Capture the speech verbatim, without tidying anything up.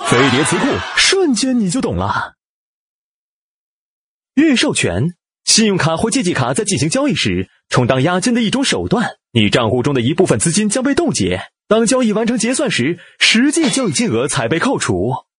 飞碟词库，瞬间你就懂了。预授权，信用卡或借记卡在进行交易时，充当押金的一种手段，你账户中的一部分资金将被冻结。当交易完成结算时，实际交易金额才被扣除。